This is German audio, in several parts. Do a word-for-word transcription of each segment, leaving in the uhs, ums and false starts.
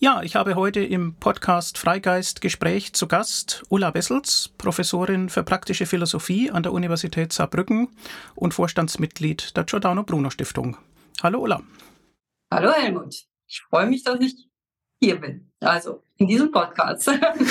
Ja, ich habe heute im Podcast Freigeist Gespräch zu Gast Ulla Wessels, Professorin für praktische Philosophie an der Universität Saarbrücken und Vorstandsmitglied der Giordano Bruno Stiftung. Hallo Ulla. Hallo Helmut, ich freue mich, dass ich hier bin, also in diesem Podcast.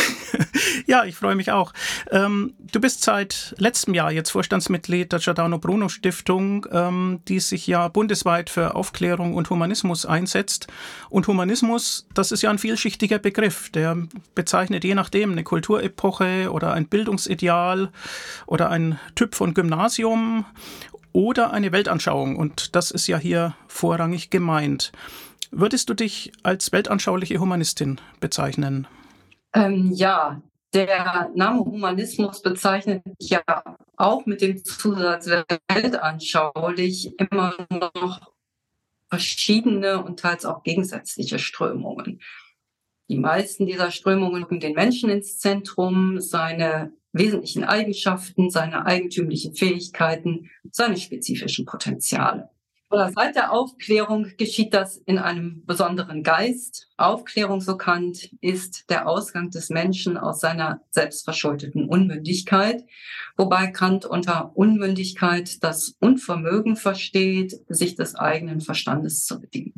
Ja, ich freue mich auch. Ähm, du bist seit letztem Jahr jetzt Vorstandsmitglied der Giordano Bruno Stiftung, ähm, die sich ja bundesweit für Aufklärung und Humanismus einsetzt. Und Humanismus, das ist ja ein vielschichtiger Begriff, der bezeichnet je nachdem eine Kulturepoche oder ein Bildungsideal oder ein Typ von Gymnasium oder eine Weltanschauung. Und das ist ja hier vorrangig gemeint. Würdest du dich als weltanschauliche Humanistin bezeichnen? Ähm, ja, der Name Humanismus bezeichnet ja auch mit dem Zusatz weltanschaulich immer noch verschiedene und teils auch gegensätzliche Strömungen. Die meisten dieser Strömungen rücken den Menschen ins Zentrum, seine wesentlichen Eigenschaften, seine eigentümlichen Fähigkeiten, seine spezifischen Potenziale. Oder seit der Aufklärung geschieht das in einem besonderen Geist. Aufklärung, so Kant, ist der Ausgang des Menschen aus seiner selbstverschuldeten Unmündigkeit, wobei Kant unter Unmündigkeit das Unvermögen versteht, sich des eigenen Verstandes zu bedienen.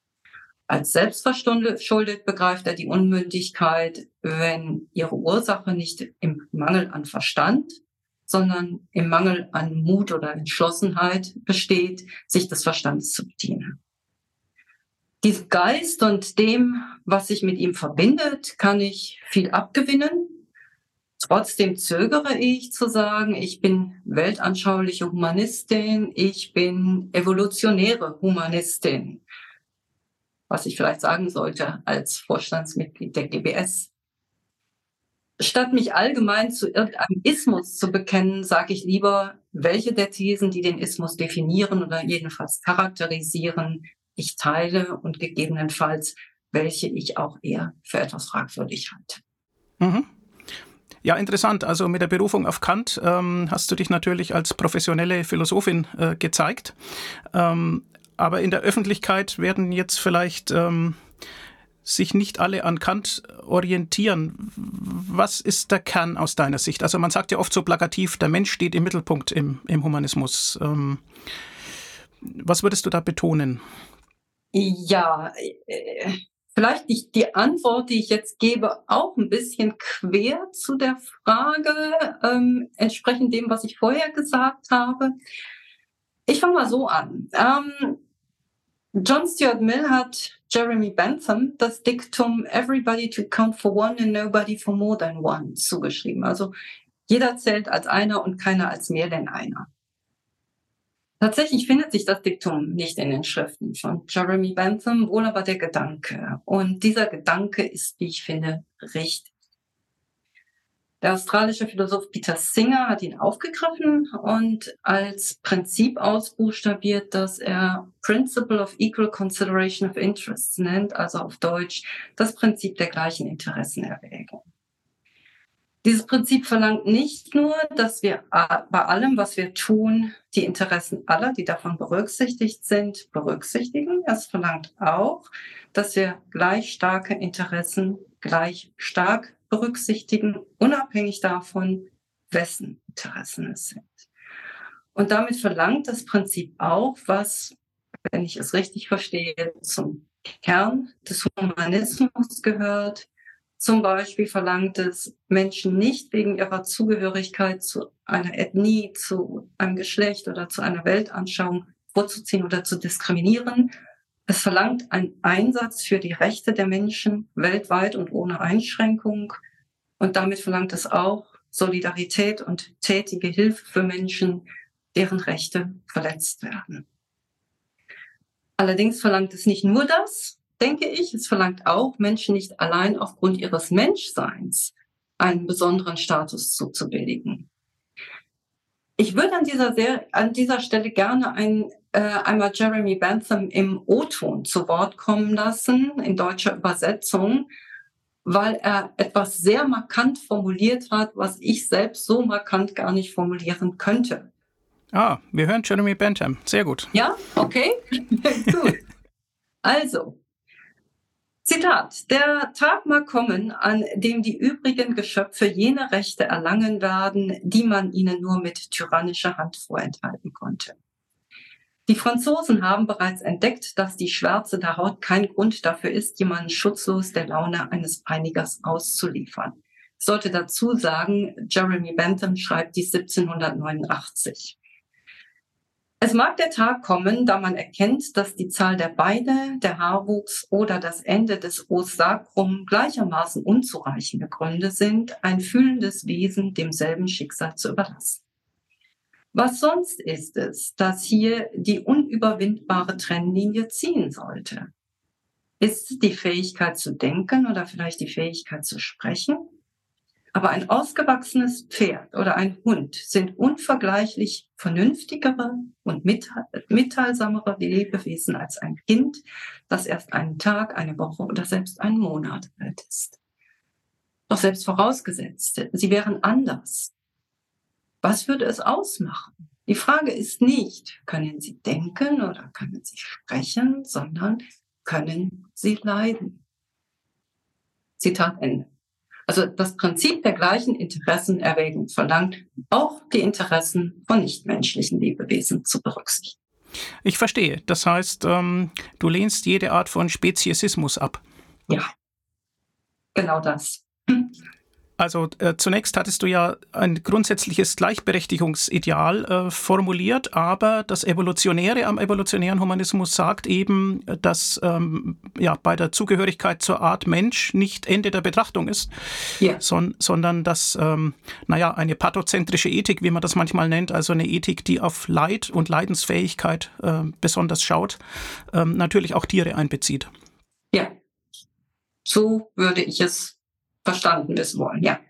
Als selbstverschuldet begreift er die Unmündigkeit, wenn ihre Ursache nicht im Mangel an Verstand, sondern im Mangel an Mut oder Entschlossenheit besteht, sich des Verstandes zu bedienen. Diesem Geist und dem, was sich mit ihm verbindet, kann ich viel abgewinnen. Trotzdem zögere ich zu sagen, ich bin weltanschauliche Humanistin, ich bin evolutionäre Humanistin, was ich vielleicht sagen sollte als Vorstandsmitglied der G B S. Statt mich allgemein zu irgendeinem Ismus zu bekennen, sage ich lieber, welche der Thesen, die den Ismus definieren oder jedenfalls charakterisieren, ich teile und gegebenenfalls welche ich auch eher für etwas fragwürdig halte. Mhm. Ja, interessant. Also mit der Berufung auf Kant ähm, hast du dich natürlich als professionelle Philosophin äh, gezeigt. Ähm, aber in der Öffentlichkeit werden jetzt vielleicht ähm, sich nicht alle an Kant orientieren. Was ist der Kern aus deiner Sicht? Also man sagt ja oft so plakativ, der Mensch steht im Mittelpunkt im, im Humanismus. Ähm, was würdest du da betonen? Ja, äh, vielleicht nicht die Antwort, die ich jetzt gebe, auch ein bisschen quer zu der Frage, ähm, entsprechend dem, was ich vorher gesagt habe. Ich fange mal so an. Ähm, John Stuart Mill hat Jeremy Bentham das Diktum Everybody to count for one and nobody for more than one zugeschrieben. Also jeder zählt als einer und keiner als mehr denn einer. Tatsächlich findet sich das Diktum nicht in den Schriften von Jeremy Bentham, wohl aber der Gedanke. Und dieser Gedanke ist, wie ich finde, richtig. Der australische Philosoph Peter Singer hat ihn aufgegriffen und als Prinzip ausbuchstabiert, das er Principle of Equal Consideration of Interests nennt, also auf Deutsch das Prinzip der gleichen Interessenerwägung. Dieses Prinzip verlangt nicht nur, dass wir bei allem, was wir tun, die Interessen aller, die davon berücksichtigt sind, berücksichtigen. Es verlangt auch, dass wir gleich starke Interessen gleich stark berücksichtigen, unabhängig davon, wessen Interessen es sind. Und damit verlangt das Prinzip auch, was, wenn ich es richtig verstehe, zum Kern des Humanismus gehört. Zum Beispiel verlangt es, Menschen nicht wegen ihrer Zugehörigkeit zu einer Ethnie, zu einem Geschlecht oder zu einer Weltanschauung vorzuziehen oder zu diskriminieren. Es verlangt einen Einsatz für die Rechte der Menschen weltweit und ohne Einschränkung. Und damit verlangt es auch Solidarität und tätige Hilfe für Menschen, deren Rechte verletzt werden. Allerdings verlangt es nicht nur das, denke ich, es verlangt auch, Menschen nicht allein aufgrund ihres Menschseins einen besonderen Status zuzubilligen. Ich würde an dieser, sehr, an dieser Stelle gerne ein, äh, einmal Jeremy Bentham im O-Ton zu Wort kommen lassen, in deutscher Übersetzung, weil er etwas sehr markant formuliert hat, was ich selbst so markant gar nicht formulieren könnte. Ah, wir hören Jeremy Bentham. Sehr gut. Ja, okay, gut. Also, Zitat: Der Tag mag kommen, an dem die übrigen Geschöpfe jene Rechte erlangen werden, die man ihnen nur mit tyrannischer Hand vorenthalten konnte. Die Franzosen haben bereits entdeckt, dass die Schwärze der Haut kein Grund dafür ist, jemanden schutzlos der Laune eines Peinigers auszuliefern. Ich sollte dazu sagen, Jeremy Bentham schreibt dies siebzehnhundertneunundachtzig. Es mag der Tag kommen, da man erkennt, dass die Zahl der Beine, der Haarwuchs oder das Ende des Os Sacrum gleichermaßen unzureichende Gründe sind, ein fühlendes Wesen demselben Schicksal zu überlassen. Was sonst ist es, das hier die unüberwindbare Trennlinie ziehen sollte? Ist es die Fähigkeit zu denken oder vielleicht die Fähigkeit zu sprechen? Aber ein ausgewachsenes Pferd oder ein Hund sind unvergleichlich vernünftigere und mitteilsamere Lebewesen als ein Kind, das erst einen Tag, eine Woche oder selbst einen Monat alt ist. Doch selbst vorausgesetzt, sie wären anders. Was würde es ausmachen? Die Frage ist nicht, können sie denken oder können sie sprechen, sondern können sie leiden? Zitat Ende. Also das Prinzip der gleichen Interessenerwägung verlangt, auch die Interessen von nichtmenschlichen Lebewesen zu berücksichtigen. Ich verstehe. Das heißt, ähm, du lehnst jede Art von Speziesismus ab. Ja, genau das. Also äh, zunächst hattest du ja ein grundsätzliches Gleichberechtigungsideal äh, formuliert, aber das Evolutionäre am evolutionären Humanismus sagt eben, dass ähm, ja, bei der Zugehörigkeit zur Art Mensch nicht Ende der Betrachtung ist, ja. son- sondern dass ähm, naja, eine pathozentrische Ethik, wie man das manchmal nennt, also eine Ethik, die auf Leid und Leidensfähigkeit äh, besonders schaut, äh, natürlich auch Tiere einbezieht. Ja, so würde ich es verstanden wissen wollen, ja.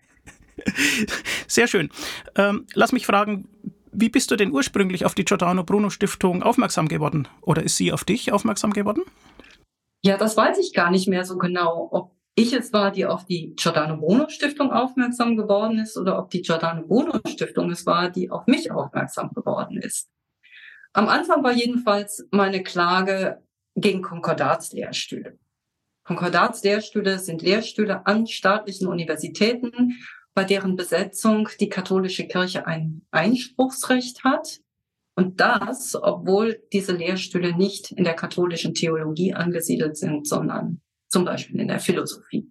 Sehr schön. Ähm, lass mich fragen, wie bist du denn ursprünglich auf die Giordano Bruno Stiftung aufmerksam geworden? Oder ist sie auf dich aufmerksam geworden? Ja, das weiß ich gar nicht mehr so genau, ob ich es war, die auf die Giordano Bruno Stiftung aufmerksam geworden ist oder ob die Giordano Bruno Stiftung es war, die auf mich aufmerksam geworden ist. Am Anfang war jedenfalls meine Klage gegen Konkordatslehrstühle. Konkordatslehrstühle sind Lehrstühle an staatlichen Universitäten, bei deren Besetzung die katholische Kirche ein Einspruchsrecht hat. Und das, obwohl diese Lehrstühle nicht in der katholischen Theologie angesiedelt sind, sondern zum Beispiel in der Philosophie.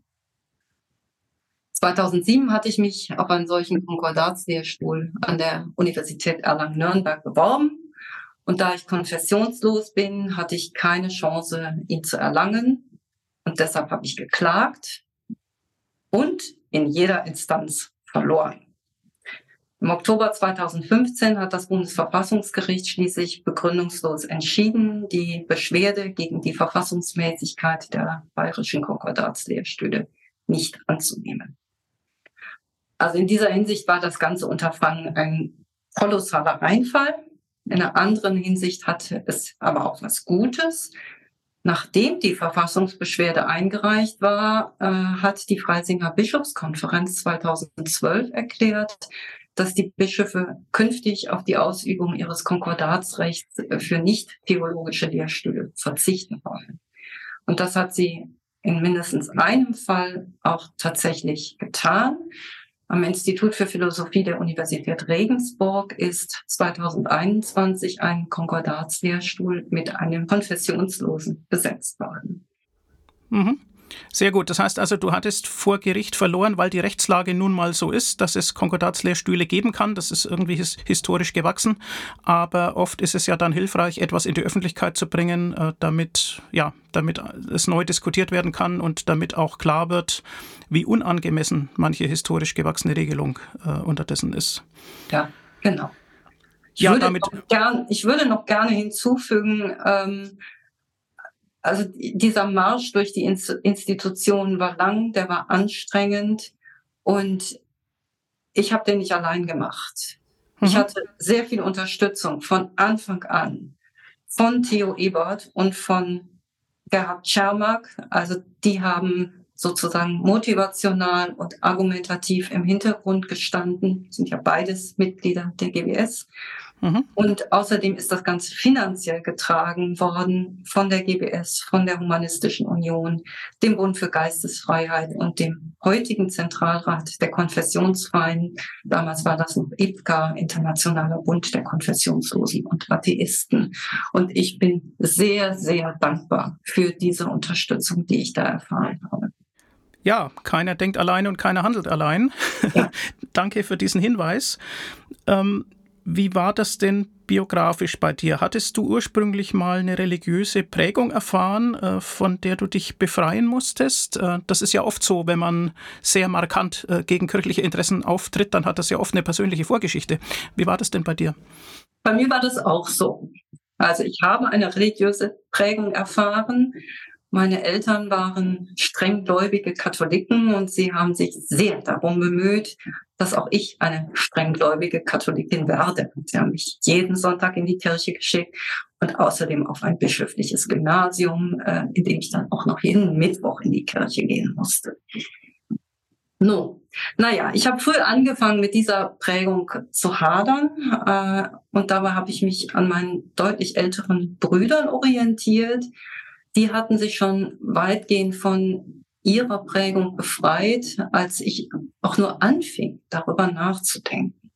zweitausendsieben hatte ich mich auf einen solchen Konkordatslehrstuhl an der Universität Erlangen-Nürnberg beworben. Und da ich konfessionslos bin, hatte ich keine Chance, ihn zu erlangen. Und deshalb habe ich geklagt und in jeder Instanz verloren. Im Oktober zweitausendfünfzehn hat das Bundesverfassungsgericht schließlich begründungslos entschieden, die Beschwerde gegen die Verfassungsmäßigkeit der bayerischen Konkordatslehrstühle nicht anzunehmen. Also in dieser Hinsicht war das ganze Unterfangen ein kolossaler Reinfall. In einer anderen Hinsicht hatte es aber auch was Gutes. Nachdem die Verfassungsbeschwerde eingereicht war, äh, hat die Freisinger Bischofskonferenz zweitausendzwölf erklärt, dass die Bischöfe künftig auf die Ausübung ihres Konkordatsrechts für nicht-theologische Lehrstühle verzichten wollen. Und das hat sie in mindestens einem Fall auch tatsächlich getan. Am Institut für Philosophie der Universität Regensburg ist zweitausendeinundzwanzig ein Konkordatslehrstuhl mit einem Konfessionslosen besetzt worden. Mhm. Sehr gut. Das heißt also, du hattest vor Gericht verloren, weil die Rechtslage nun mal so ist, dass es Konkordatslehrstühle geben kann. Das ist irgendwie his- historisch gewachsen. Aber oft ist es ja dann hilfreich, etwas in die Öffentlichkeit zu bringen, äh, damit, ja, damit es neu diskutiert werden kann und damit auch klar wird, wie unangemessen manche historisch gewachsene Regelung äh, unterdessen ist. Ja, genau. Ich, Ja, würde, damit, noch gern, ich würde noch gerne hinzufügen, ähm, also dieser Marsch durch die Institutionen war lang, der war anstrengend und ich habe den nicht allein gemacht. Mhm. Ich hatte sehr viel Unterstützung von Anfang an von Theo Ebert und von Gerhard Czermak. Also die haben sozusagen motivational und argumentativ im Hintergrund gestanden, sind ja beides Mitglieder der G W S. Mhm. Und außerdem ist das Ganze finanziell getragen worden von der G B S, von der Humanistischen Union, dem Bund für Geistesfreiheit und dem heutigen Zentralrat der Konfessionsfreien. Damals war das noch I P K A, Internationaler Bund der Konfessionslosen und Atheisten. Und ich bin sehr, sehr dankbar für diese Unterstützung, die ich da erfahren habe. Ja, keiner denkt allein und keiner handelt allein. Ja. Danke für diesen Hinweis. Ähm, Wie war das denn biografisch bei dir? Hattest du ursprünglich mal eine religiöse Prägung erfahren, äh, von der du dich befreien musstest? Äh, das ist ja oft so, wenn man sehr markant äh, gegen kirchliche Interessen auftritt, dann hat das ja oft eine persönliche Vorgeschichte. Wie war das denn bei dir? Bei mir war das auch so. Also ich habe eine religiöse Prägung erfahren. Meine Eltern waren strenggläubige Katholiken und sie haben sich sehr darum bemüht, dass auch ich eine strenggläubige Katholikin werde. Sie haben mich jeden Sonntag in die Kirche geschickt und außerdem auf ein bischöfliches Gymnasium, äh, in dem ich dann auch noch jeden Mittwoch in die Kirche gehen musste. No. Naja, ich habe früh angefangen, mit dieser Prägung zu hadern äh, und dabei habe ich mich an meinen deutlich älteren Brüdern orientiert. Die hatten sich schon weitgehend von ihrer Prägung befreit, als ich auch nur anfing, darüber nachzudenken.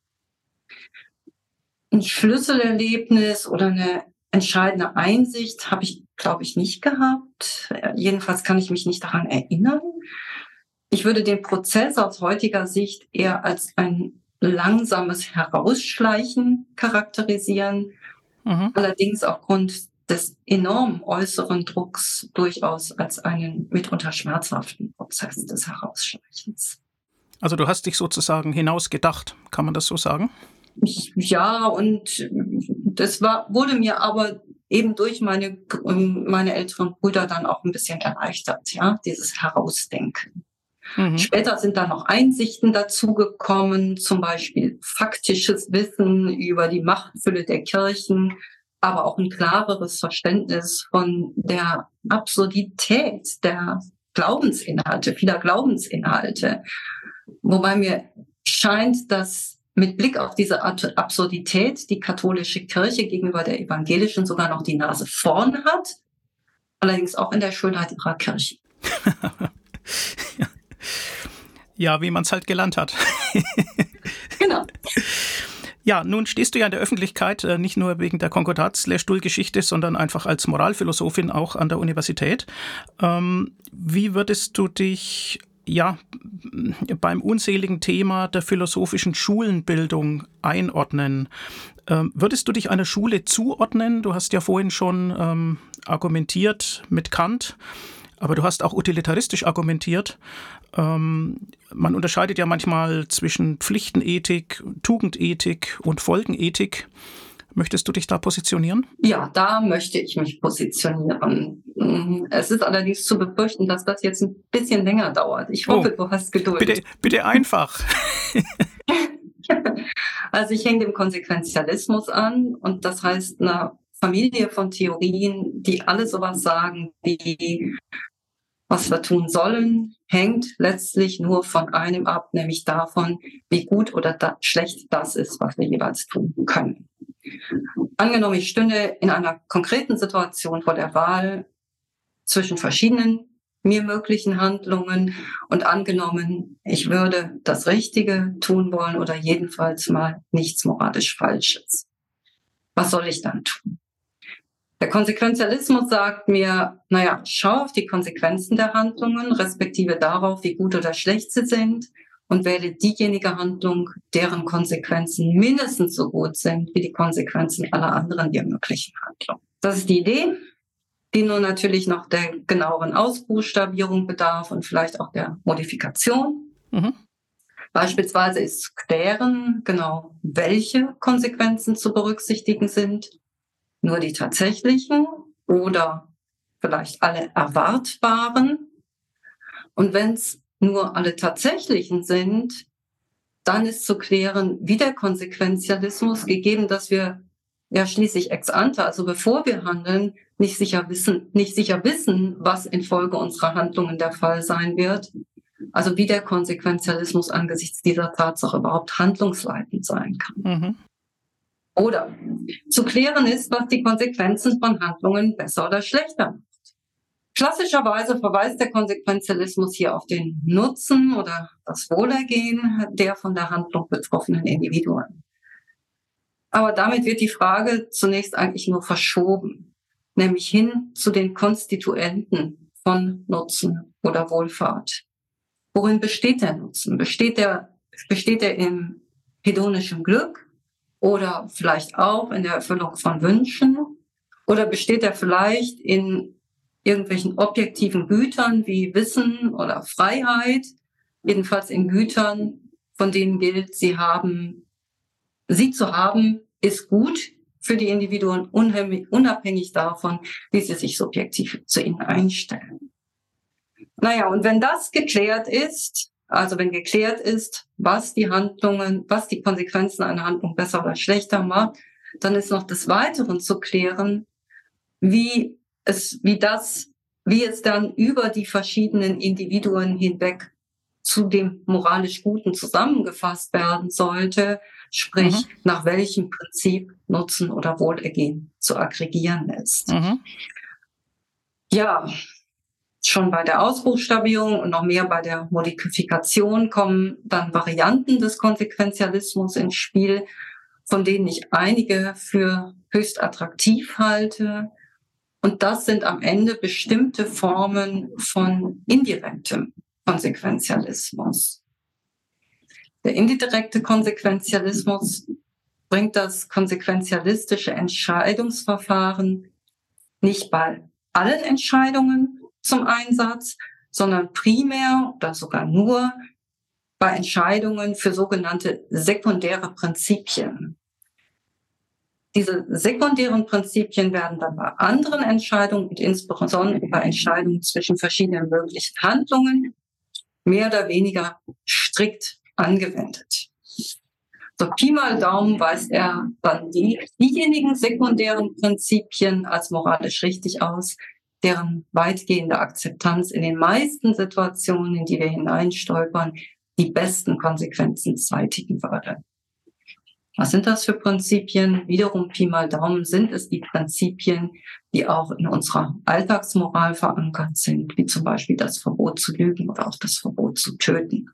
Ein Schlüsselerlebnis oder eine entscheidende Einsicht habe ich, glaube ich, nicht gehabt. Jedenfalls kann ich mich nicht daran erinnern. Ich würde den Prozess aus heutiger Sicht eher als ein langsames Herausschleichen charakterisieren, Mhm. allerdings aufgrund des enormen äußeren Drucks durchaus als einen mitunter schmerzhaften Prozess des Herausschleichens. Also du hast dich sozusagen hinausgedacht, kann man das so sagen? Ja, und das war, wurde mir aber eben durch meine, meine älteren Brüder dann auch ein bisschen erleichtert, ja, dieses Herausdenken. Mhm. Später sind dann noch Einsichten dazugekommen, zum Beispiel faktisches Wissen über die Machtfülle der Kirchen, aber auch ein klareres Verständnis von der Absurdität der Glaubensinhalte, vieler Glaubensinhalte. Wobei mir scheint, dass mit Blick auf diese Absurdität die katholische Kirche gegenüber der evangelischen sogar noch die Nase vorn hat, allerdings auch in der Schönheit ihrer Kirche. Ja, wie man es halt gelernt hat. Genau. Ja, nun stehst du ja in der Öffentlichkeit, äh, nicht nur wegen der Konkordats-Lehrstuhlgeschichte, sondern einfach als Moralphilosophin auch an der Universität. Ähm, wie würdest du dich ja beim unseligen Thema der philosophischen Schulenbildung einordnen? Ähm, würdest du dich einer Schule zuordnen? Du hast ja vorhin schon ähm, argumentiert mit Kant. Aber du hast auch utilitaristisch argumentiert. Ähm, man unterscheidet ja manchmal zwischen Pflichtenethik, Tugendethik und Folgenethik. Möchtest du dich da positionieren? Ja, da möchte ich mich positionieren. Es ist allerdings zu befürchten, dass das jetzt ein bisschen länger dauert. Ich hoffe, oh, du hast Geduld. Bitte, bitte einfach. Also ich hänge dem Konsequenzialismus an und das heißt einer Familie von Theorien, die alle sowas sagen wie, was wir tun sollen, hängt letztlich nur von einem ab, nämlich davon, wie gut oder da, schlecht das ist, was wir jeweils tun können. Angenommen, ich stünde in einer konkreten Situation vor der Wahl zwischen verschiedenen mir möglichen Handlungen und angenommen, ich würde das Richtige tun wollen oder jedenfalls mal nichts moralisch Falsches. Was soll ich dann tun? Der Konsequenzialismus sagt mir, naja, schau auf die Konsequenzen der Handlungen, respektive darauf, wie gut oder schlecht sie sind und wähle diejenige Handlung, deren Konsequenzen mindestens so gut sind wie die Konsequenzen aller anderen dir möglichen Handlungen. Das ist die Idee, die nun natürlich noch der genaueren Ausbuchstabierung bedarf und vielleicht auch der Modifikation. Mhm. Beispielsweise ist zu klären, genau welche Konsequenzen zu berücksichtigen sind. Nur die tatsächlichen oder vielleicht alle erwartbaren. Und wenn es nur alle tatsächlichen sind, dann ist zu klären, wie der Konsequenzialismus, gegeben, dass wir ja schließlich ex ante, also bevor wir handeln, nicht sicher wissen, nicht sicher wissen, was infolge unserer Handlungen der Fall sein wird. Also wie der Konsequenzialismus angesichts dieser Tatsache überhaupt handlungsleitend sein kann. Mhm. Oder zu klären ist, was die Konsequenzen von Handlungen besser oder schlechter macht. Klassischerweise verweist der Konsequenzialismus hier auf den Nutzen oder das Wohlergehen der von der Handlung betroffenen Individuen. Aber damit wird die Frage zunächst eigentlich nur verschoben, nämlich hin zu den Konstituenten von Nutzen oder Wohlfahrt. Worin besteht der Nutzen? Besteht der, besteht er im hedonischen Glück oder vielleicht auch in der Erfüllung von Wünschen? Oder besteht er vielleicht in irgendwelchen objektiven Gütern wie Wissen oder Freiheit, jedenfalls in Gütern, von denen gilt, sie haben, sie zu haben, ist gut für die Individuen, unabhängig davon, wie sie sich subjektiv zu ihnen einstellen. Naja, und wenn das geklärt ist, also wenn geklärt ist, was die Handlungen, was die Konsequenzen einer Handlung besser oder schlechter macht, dann ist noch des Weiteren zu klären, wie es, wie das, wie es dann über die verschiedenen Individuen hinweg zu dem moralisch Guten zusammengefasst werden sollte, sprich, mhm. nach welchem Prinzip Nutzen oder Wohlergehen zu aggregieren ist. Mhm. Ja, schon bei der Ausbuchstabierung und noch mehr bei der Modifikation kommen dann Varianten des Konsequenzialismus ins Spiel, von denen ich einige für höchst attraktiv halte. Und das sind am Ende bestimmte Formen von indirektem Konsequenzialismus. Der indirekte Konsequenzialismus bringt das konsequenzialistische Entscheidungsverfahren nicht bei allen Entscheidungen zum Einsatz, sondern primär oder sogar nur bei Entscheidungen für sogenannte sekundäre Prinzipien. Diese sekundären Prinzipien werden dann bei anderen Entscheidungen und insbesondere bei Entscheidungen zwischen verschiedenen möglichen Handlungen mehr oder weniger strikt angewendet. So Pi mal Daumen weist er dann die, diejenigen sekundären Prinzipien als moralisch richtig aus, deren weitgehende Akzeptanz in den meisten Situationen, in die wir hineinstolpern, die besten Konsequenzen zeitigen würde. Was sind das für Prinzipien? Wiederum Pi mal Daumen sind es die Prinzipien, die auch in unserer Alltagsmoral verankert sind, wie zum Beispiel das Verbot zu lügen oder auch das Verbot zu töten.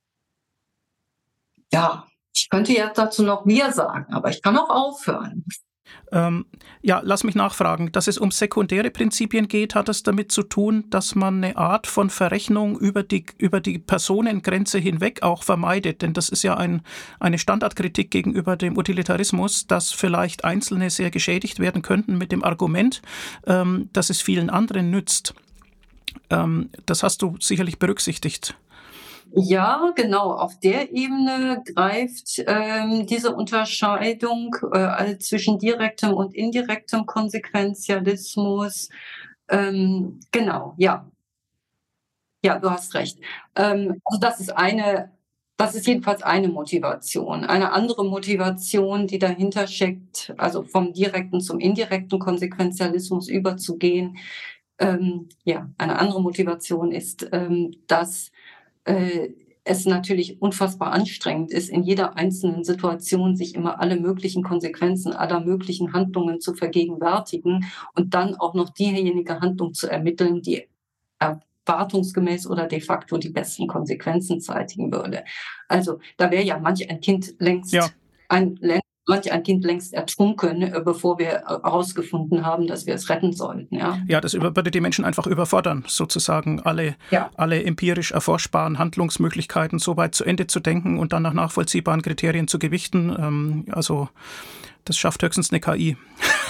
Ja, ich könnte jetzt dazu noch mehr sagen, aber ich kann auch aufhören. Ähm, ja, lass mich nachfragen. Dass es um sekundäre Prinzipien geht, hat es damit zu tun, dass man eine Art von Verrechnung über die, über die Personengrenze hinweg auch vermeidet. Denn das ist ja ein, eine Standardkritik gegenüber dem Utilitarismus, dass vielleicht Einzelne sehr geschädigt werden könnten mit dem Argument, ähm, dass es vielen anderen nützt. Ähm, das hast du sicherlich berücksichtigt. Ja, genau. Auf der Ebene greift ähm, diese Unterscheidung äh, zwischen direktem und indirektem Konsequenzialismus. Ähm, genau, ja. Ja, du hast recht. Ähm, also das ist eine, das ist jedenfalls eine Motivation. Eine andere Motivation, die dahinter steckt, also vom direkten zum indirekten Konsequenzialismus überzugehen. Ähm, ja, eine andere Motivation ist, ähm, dass es natürlich unfassbar anstrengend ist, in jeder einzelnen Situation sich immer alle möglichen Konsequenzen aller möglichen Handlungen zu vergegenwärtigen und dann auch noch diejenige Handlung zu ermitteln, die erwartungsgemäß oder de facto die besten Konsequenzen zeitigen würde. Also da wäre ja manch ein Kind längst ja. ein manch ein Kind längst ertrunken, bevor wir herausgefunden haben, dass wir es retten sollten. Ja, ja, das würde die Menschen einfach überfordern, sozusagen alle, ja. alle empirisch erforschbaren Handlungsmöglichkeiten so weit zu Ende zu denken und dann nach nachvollziehbaren Kriterien zu gewichten. Also das schafft höchstens eine K I.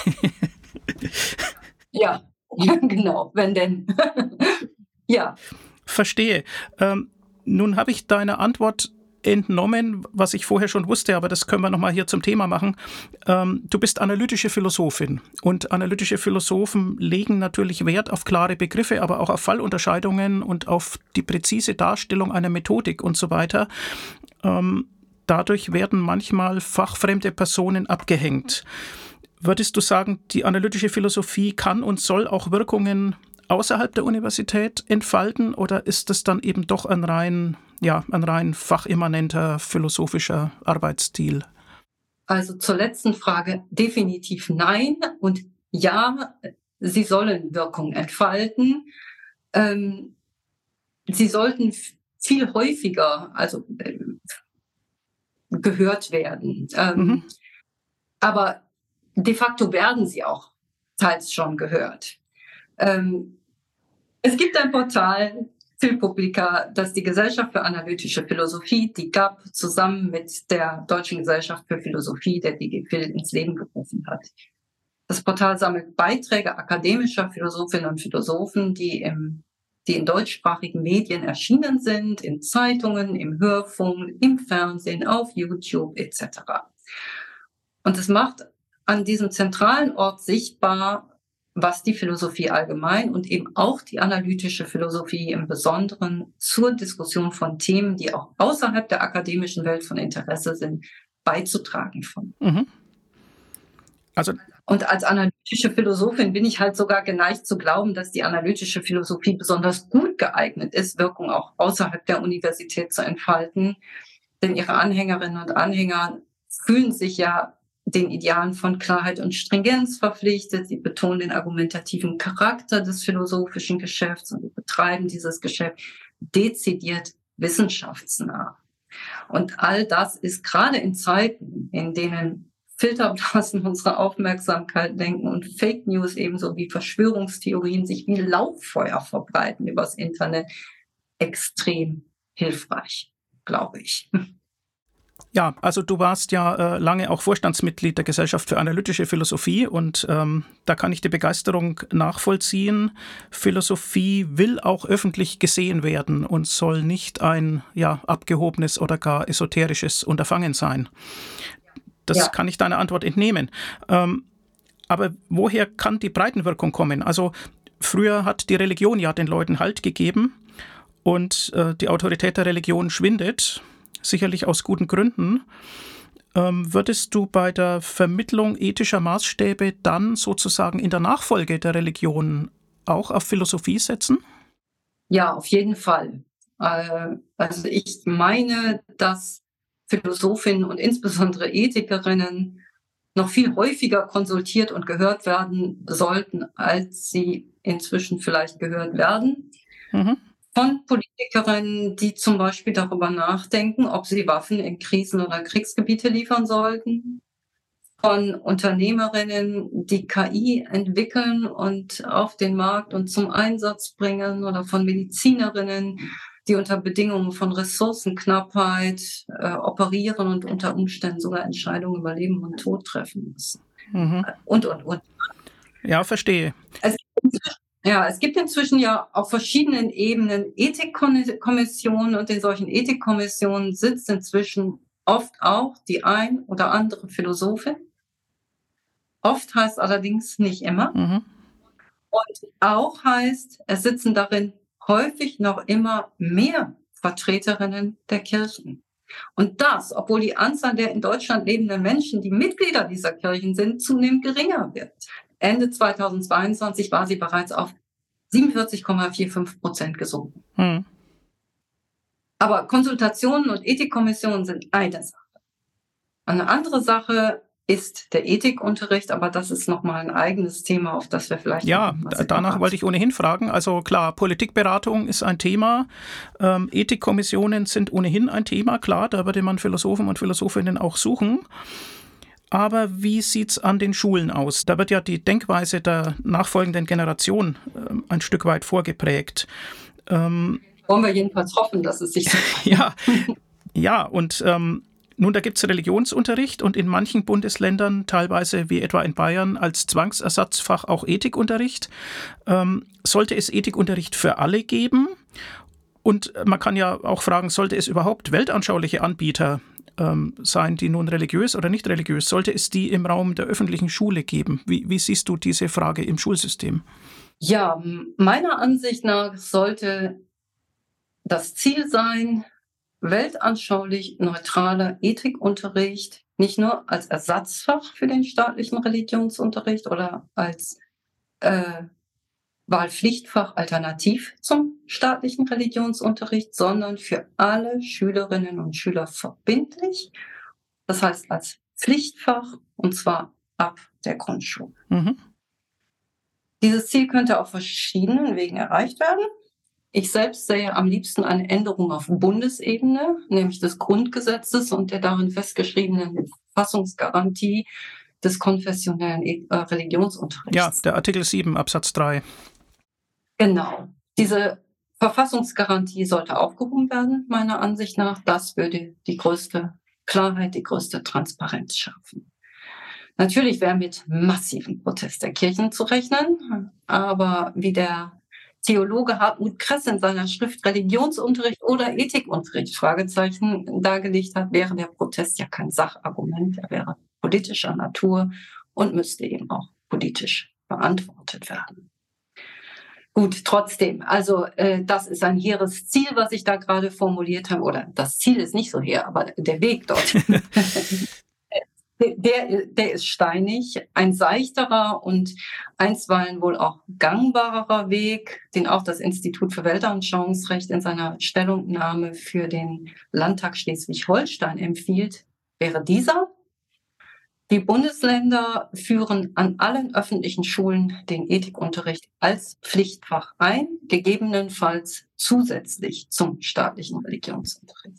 Ja, genau, wenn denn. Ja. Verstehe. Ähm, nun habe ich deine Antwort entnommen, was ich vorher schon wusste, aber das können wir nochmal hier zum Thema machen. Ähm, du bist analytische Philosophin und analytische Philosophen legen natürlich Wert auf klare Begriffe, aber auch auf Fallunterscheidungen und auf die präzise Darstellung einer Methodik und so weiter. Ähm, dadurch werden manchmal fachfremde Personen abgehängt. Würdest du sagen, die analytische Philosophie kann und soll auch Wirkungen außerhalb der Universität entfalten oder ist das dann eben doch ein rein, ja, ein rein fachimmanenter philosophischer Arbeitsstil? Also zur letzten Frage definitiv nein und ja, sie sollen Wirkung entfalten. Ähm, sie sollten viel häufiger, also äh, gehört werden. Mhm. Ähm, aber de facto werden sie auch teils schon gehört. Ähm, es gibt ein Portal, Philpublica, das die Gesellschaft für analytische Philosophie, die G A P, zusammen mit der Deutschen Gesellschaft für Philosophie, der D G Phil, ins Leben gerufen hat. Das Portal sammelt Beiträge akademischer Philosophinnen und Philosophen, die, im, die in deutschsprachigen Medien erschienen sind, in Zeitungen, im Hörfunk, im Fernsehen, auf YouTube et cetera. Und es macht an diesem zentralen Ort sichtbar, was die Philosophie allgemein und eben auch die analytische Philosophie im Besonderen zur Diskussion von Themen, die auch außerhalb der akademischen Welt von Interesse sind, beizutragen von. Mhm. Also Und als analytische Philosophin bin ich halt sogar geneigt zu glauben, dass die analytische Philosophie besonders gut geeignet ist, Wirkung auch außerhalb der Universität zu entfalten. Denn ihre Anhängerinnen und Anhänger fühlen sich ja den Idealen von Klarheit und Stringenz verpflichtet. Sie betonen den argumentativen Charakter des philosophischen Geschäfts und sie betreiben dieses Geschäft dezidiert wissenschaftsnah. Und all das ist gerade in Zeiten, in denen Filterblasen unsere Aufmerksamkeit lenken und Fake News ebenso wie Verschwörungstheorien sich wie Lauffeuer verbreiten übers Internet, extrem hilfreich, glaube ich. ja, also du warst ja äh, lange auch Vorstandsmitglied der Gesellschaft für analytische Philosophie und ähm, da kann ich die Begeisterung nachvollziehen. Philosophie will auch öffentlich gesehen werden und soll nicht ein ja, abgehobenes oder gar esoterisches Unterfangen sein. Das ja. kann ich deiner Antwort entnehmen. Ähm, aber woher kann die Breitenwirkung kommen? Also früher hat die Religion ja den Leuten Halt gegeben und äh, die Autorität der Religion schwindet, sicherlich aus guten Gründen. Ähm, würdest du bei der Vermittlung ethischer Maßstäbe dann sozusagen in der Nachfolge der Religion auch auf Philosophie setzen? Ja, auf jeden Fall. Äh, also ich meine, dass Philosophinnen und insbesondere Ethikerinnen noch viel häufiger konsultiert und gehört werden sollten, als sie inzwischen vielleicht gehört werden. Mhm. Von Politikerinnen, die zum Beispiel darüber nachdenken, ob sie Waffen in Krisen- oder Kriegsgebiete liefern sollten. Von Unternehmerinnen, die K I entwickeln und auf den Markt und zum Einsatz bringen. Oder von Medizinerinnen, die unter Bedingungen von Ressourcenknappheit äh, operieren und unter Umständen sogar Entscheidungen über Leben und Tod treffen müssen. Mhm. Und, und, und. Ja, verstehe. Es Ja, es gibt inzwischen ja auf verschiedenen Ebenen Ethikkommissionen und in solchen Ethikkommissionen sitzt inzwischen oft auch die ein oder andere Philosophin. Oft heißt allerdings nicht immer. Mhm. Und auch heißt, es sitzen darin häufig noch immer mehr Vertreterinnen der Kirchen. Und das, obwohl die Anzahl der in Deutschland lebenden Menschen, die Mitglieder dieser Kirchen sind, zunehmend geringer wird. Ende zweitausendzweiundzwanzig war sie bereits auf siebenundvierzig Komma fünfundvierzig Prozent gesunken. Hm. Aber Konsultationen und Ethikkommissionen sind eine Sache. Eine andere Sache ist der Ethikunterricht, aber das ist nochmal ein eigenes Thema, auf das wir vielleicht... Ja, danach wollte ich ohnehin fragen. Also klar, Politikberatung ist ein Thema, ähm, Ethikkommissionen sind ohnehin ein Thema, klar, da würde man Philosophen und Philosophinnen auch suchen. Aber wie sieht es an den Schulen aus? Da wird ja die Denkweise der nachfolgenden Generation äh, ein Stück weit vorgeprägt. Ähm, Wollen wir jedenfalls hoffen, dass es sich so ja, ja, und ähm, nun, da gibt es Religionsunterricht und in manchen Bundesländern, teilweise wie etwa in Bayern, als Zwangsersatzfach auch Ethikunterricht. Ähm, sollte es Ethikunterricht für alle geben? Und man kann ja auch fragen, sollte es überhaupt weltanschauliche Anbieter ähm, sein, die nun religiös oder nicht religiös, sollte es die im Raum der öffentlichen Schule geben? Wie, wie siehst du diese Frage im Schulsystem? Ja, meiner Ansicht nach sollte das Ziel sein, weltanschaulich neutraler Ethikunterricht, nicht nur als Ersatzfach für den staatlichen Religionsunterricht oder als äh, Wahlpflichtfach alternativ zum staatlichen Religionsunterricht, sondern für alle Schülerinnen und Schüler verbindlich. Das heißt als Pflichtfach, und zwar ab der Grundschule. Mhm. Dieses Ziel könnte auf verschiedenen Wegen erreicht werden. Ich selbst sähe am liebsten eine Änderung auf Bundesebene, nämlich des Grundgesetzes und der darin festgeschriebenen Verfassungsgarantie des konfessionellen äh, Religionsunterrichts. Ja, der Artikel sieben Absatz drei. Genau. Diese Verfassungsgarantie sollte aufgehoben werden, meiner Ansicht nach. Das würde die größte Klarheit, die größte Transparenz schaffen. Natürlich wäre mit massiven Protest der Kirchen zu rechnen, aber wie der Theologe Hartmut Kress in seiner Schrift Religionsunterricht oder Ethikunterricht Fragezeichen dargelegt hat, wäre der Protest ja kein Sachargument, er wäre politischer Natur und müsste eben auch politisch beantwortet werden. Gut, trotzdem, also äh, das ist ein hehres Ziel, was ich da gerade formuliert habe, oder das Ziel ist nicht so hehr, aber der Weg dorthin. Der, der ist steinig, ein seichterer und einstweilen wohl auch gangbarerer Weg, den auch das Institut für Weltanschauungsrecht in seiner Stellungnahme für den Landtag Schleswig-Holstein empfiehlt, wäre dieser. Die Bundesländer führen an allen öffentlichen Schulen den Ethikunterricht als Pflichtfach ein, gegebenenfalls zusätzlich zum staatlichen Religionsunterricht.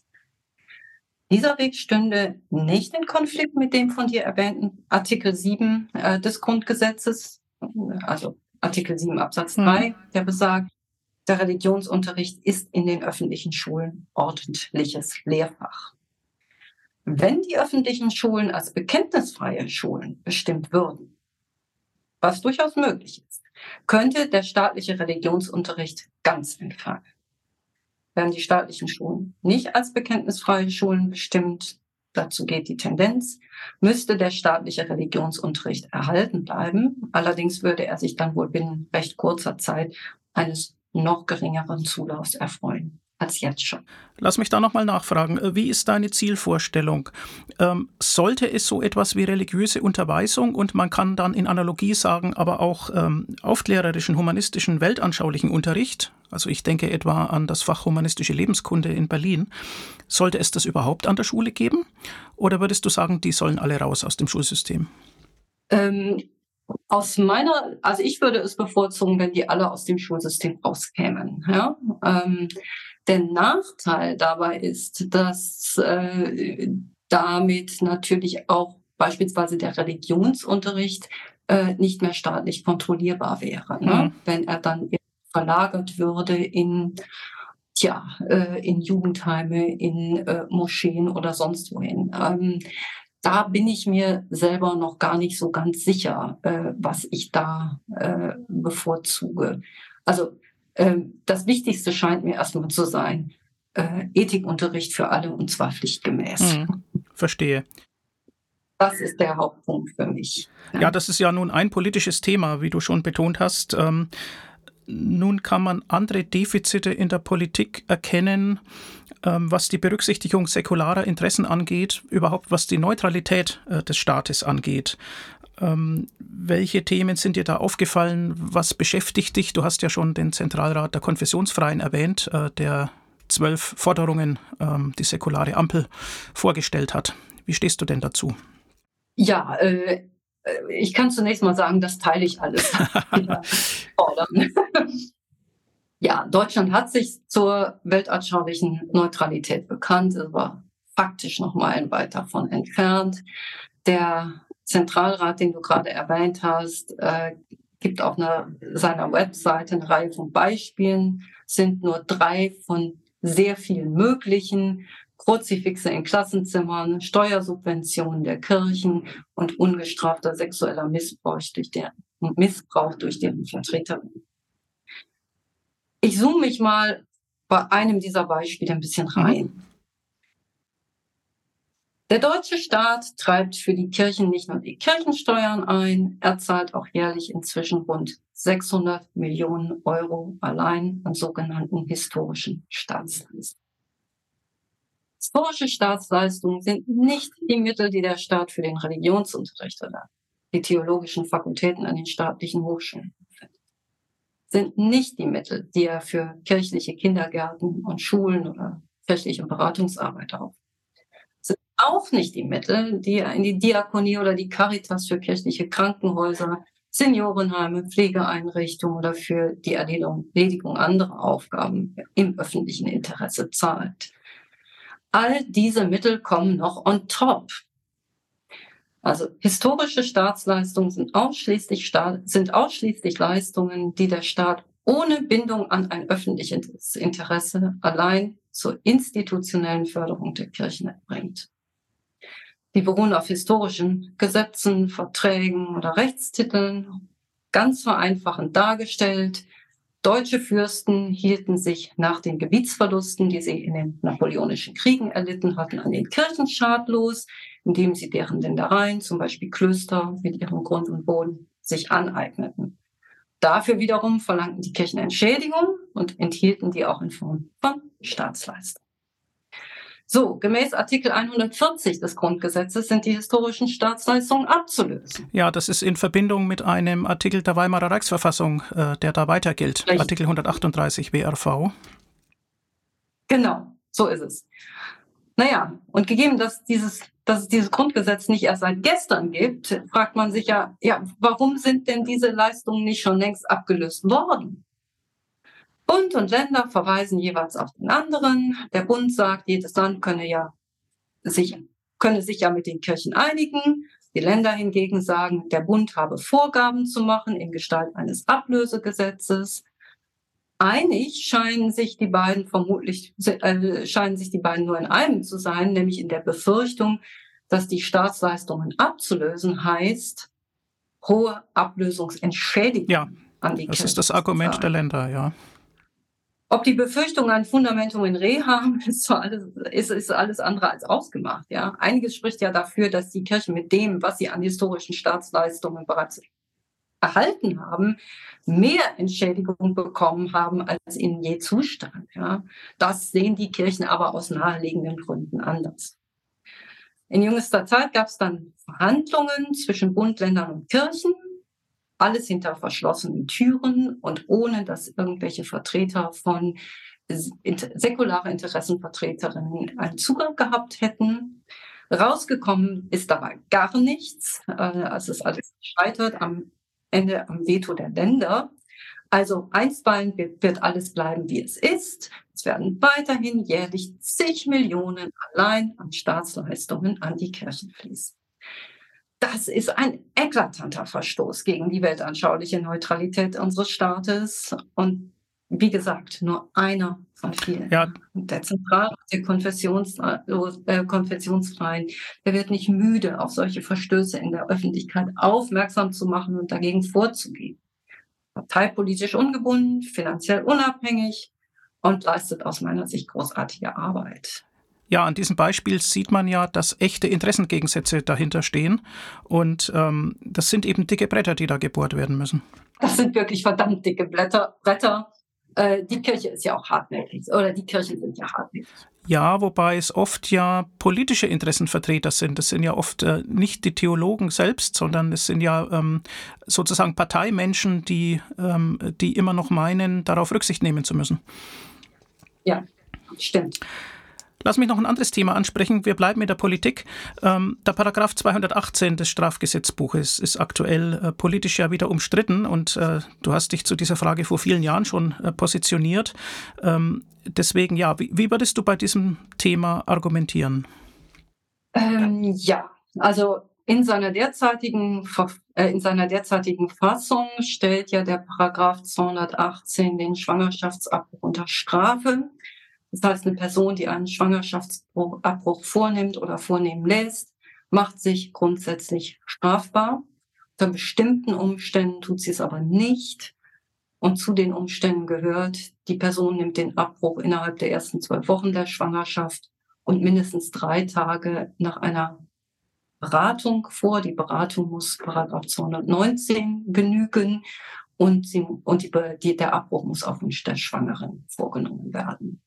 Dieser Weg stünde nicht in Konflikt mit dem von dir erwähnten Artikel sieben äh, des Grundgesetzes, also Artikel sieben Absatz drei, mhm. der besagt, der Religionsunterricht ist in den öffentlichen Schulen ordentliches Lehrfach. Wenn die öffentlichen Schulen als bekenntnisfreie Schulen bestimmt würden, was durchaus möglich ist, könnte der staatliche Religionsunterricht ganz entfallen. Werden die staatlichen Schulen nicht als bekenntnisfreie Schulen bestimmt, dazu geht die Tendenz, müsste der staatliche Religionsunterricht erhalten bleiben. Allerdings würde er sich dann wohl binnen recht kurzer Zeit eines noch geringeren Zulaufs erfreuen als jetzt schon. Lass mich da nochmal nachfragen. Wie ist deine Zielvorstellung? Ähm, sollte es so etwas wie religiöse Unterweisung und man kann dann in Analogie sagen, aber auch ähm, aufklärerischen, humanistischen, weltanschaulichen Unterricht, also ich denke etwa an das Fach Humanistische Lebenskunde in Berlin, sollte es das überhaupt an der Schule geben? Oder würdest du sagen, die sollen alle raus aus dem Schulsystem? Ähm, aus meiner, also ich würde es bevorzugen, wenn die alle aus dem Schulsystem rauskämen. Ja? Ähm, Der Nachteil dabei ist, dass äh, damit natürlich auch beispielsweise der Religionsunterricht äh, nicht mehr staatlich kontrollierbar wäre, ne? Mhm. Wenn er dann verlagert würde in, tja, äh, in Jugendheime, in äh, Moscheen oder sonst wohin. Ähm, da bin ich mir selber noch gar nicht so ganz sicher, äh, was ich da äh, bevorzuge. Also das Wichtigste scheint mir erstmal zu sein, äh, Ethikunterricht für alle und zwar pflichtgemäß. Hm, verstehe. Das ist der Hauptpunkt für mich. Ja. ja, das ist ja nun ein politisches Thema, wie du schon betont hast. Ähm, nun kann man andere Defizite in der Politik erkennen, ähm, was die Berücksichtigung säkularer Interessen angeht, überhaupt was die Neutralität äh, des Staates angeht. Ähm, welche Themen sind dir da aufgefallen? Was beschäftigt dich? Du hast ja schon den Zentralrat der Konfessionsfreien erwähnt, äh, der zwölf Forderungen, ähm, die säkulare Ampel vorgestellt hat. Wie stehst du denn dazu? Ja, äh, ich kann zunächst mal sagen, das teile ich alles. Ja, Deutschland hat sich zur weltanschaulichen Neutralität bekannt, aber faktisch noch meilenweit davon entfernt. Der Zentralrat, den du gerade erwähnt hast, äh, gibt auf einer, seiner Webseite eine Reihe von Beispielen, sind nur drei von sehr vielen möglichen: Kruzifixe in Klassenzimmern, Steuersubventionen der Kirchen und ungestrafter sexueller Missbrauch durch deren, Missbrauch durch deren Vertreterinnen. Ich zoome mich mal bei einem dieser Beispiele ein bisschen rein. Mhm. Der deutsche Staat treibt für die Kirchen nicht nur die Kirchensteuern ein, er zahlt auch jährlich inzwischen rund sechshundert Millionen Euro allein an sogenannten historischen Staatsleistungen. Historische Staatsleistungen sind nicht die Mittel, die der Staat für den Religionsunterricht oder die theologischen Fakultäten an den staatlichen Hochschulen findet. Sind nicht die Mittel, die er für kirchliche Kindergärten und Schulen oder kirchliche Beratungsarbeit aufwendet. auch nicht die Mittel, die er in die Diakonie oder die Caritas für kirchliche Krankenhäuser, Seniorenheime, Pflegeeinrichtungen oder für die Erledigung anderer Aufgaben im öffentlichen Interesse zahlt. All diese Mittel kommen noch on top. Also historische Staatsleistungen sind ausschließlich, sind ausschließlich Leistungen, die der Staat ohne Bindung an ein öffentliches Interesse allein zur institutionellen Förderung der Kirchen erbringt. Die beruhen auf historischen Gesetzen, Verträgen oder Rechtstiteln. Ganz vereinfachend dargestellt, deutsche Fürsten hielten sich nach den Gebietsverlusten, die sie in den napoleonischen Kriegen erlitten hatten, an den Kirchen schadlos, indem sie deren Ländereien, zum Beispiel Klöster mit ihrem Grund und Boden, sich aneigneten. Dafür wiederum verlangten die Kirchen Entschädigung und enthielten die auch in Form von Staatsleistungen. So, gemäß Artikel hundertvierzig des Grundgesetzes sind die historischen Staatsleistungen abzulösen. Ja, das ist in Verbindung mit einem Artikel der Weimarer Reichsverfassung, äh, der da weiter gilt. Richtig. Artikel hundertachtunddreißig W R V. Genau, so ist es. Naja, und gegeben, dass dieses, dass es dieses Grundgesetz nicht erst seit gestern gibt, fragt man sich ja, ja, warum sind denn diese Leistungen nicht schon längst abgelöst worden? Bund und Länder verweisen jeweils auf den anderen. Der Bund sagt, jedes Land könne ja sich, könne sich ja mit den Kirchen einigen. Die Länder hingegen sagen, der Bund habe Vorgaben zu machen in Gestalt eines Ablösegesetzes. Einig scheinen sich die beiden vermutlich, äh, scheinen sich die beiden nur in einem zu sein, nämlich in der Befürchtung, dass die Staatsleistungen abzulösen heißt, hohe Ablösungsentschädigung ja, an die Kirchen. Das ist das Argument der Länder, ja. Ob die Befürchtung ein Fundamentum in Re haben, ist, zwar alles, ist, ist alles andere als ausgemacht. Ja. Einiges spricht ja dafür, dass die Kirchen mit dem, was sie an historischen Staatsleistungen bereits erhalten haben, mehr Entschädigung bekommen haben, als ihnen je zustand. Ja. Das sehen die Kirchen aber aus naheliegenden Gründen anders. In jüngester Zeit gab es dann Verhandlungen zwischen Bund, Ländern und Kirchen. Alles hinter verschlossenen Türen und ohne, dass irgendwelche Vertreter von säkularen Interessenvertreterinnen einen Zugang gehabt hätten. Rausgekommen ist dabei gar nichts. Es ist alles gescheitert am Ende am Veto der Länder. Also einstweilen wird alles bleiben, wie es ist. Es werden weiterhin jährlich zig Millionen allein an Staatsleistungen an die Kirchen fließen. Das ist ein eklatanter Verstoß gegen die weltanschauliche Neutralität unseres Staates und wie gesagt, nur einer von vielen. Ja. Der Zentralrat der Konfessions, äh, Konfessionsfreien, der wird nicht müde, auf solche Verstöße in der Öffentlichkeit aufmerksam zu machen und dagegen vorzugehen. Parteipolitisch ungebunden, finanziell unabhängig und leistet aus meiner Sicht großartige Arbeit. Ja, an diesem Beispiel sieht man ja, dass echte Interessengegensätze dahinter stehen. Und ähm, das sind eben dicke Bretter, die da gebohrt werden müssen. Das sind wirklich verdammt dicke Blätter, Bretter. Äh, die Kirche ist ja auch hartnäckig. Oder die Kirchen sind ja hartnäckig. Ja, wobei es oft ja politische Interessenvertreter sind. Das sind ja oft äh, nicht die Theologen selbst, sondern es sind ja ähm, sozusagen Parteimenschen, die, ähm, die immer noch meinen, darauf Rücksicht nehmen zu müssen. Ja, stimmt. Lass mich noch ein anderes Thema ansprechen. Wir bleiben in der Politik. Ähm, der Paragraph zweihundertachtzehn des Strafgesetzbuches ist aktuell äh, politisch ja wieder umstritten und äh, du hast dich zu dieser Frage vor vielen Jahren schon äh, positioniert. Ähm, deswegen, ja, wie, wie würdest du bei diesem Thema argumentieren? Ähm, ja, also in seiner derzeitigen äh, in seiner derzeitigen Fassung stellt ja der Paragraph zweihundertachtzehn den Schwangerschaftsabbruch unter Strafe. Das heißt, eine Person, die einen Schwangerschaftsabbruch vornimmt oder vornehmen lässt, macht sich grundsätzlich strafbar. Unter bestimmten Umständen tut sie es aber nicht. Und zu den Umständen gehört, die Person nimmt den Abbruch innerhalb der ersten zwölf Wochen der Schwangerschaft und mindestens drei Tage nach einer Beratung vor. Die Beratung muss Paragraph zweihundertneunzehn genügen und, sie, und die, die, der Abbruch muss auf Wunsch der Schwangeren vorgenommen werden.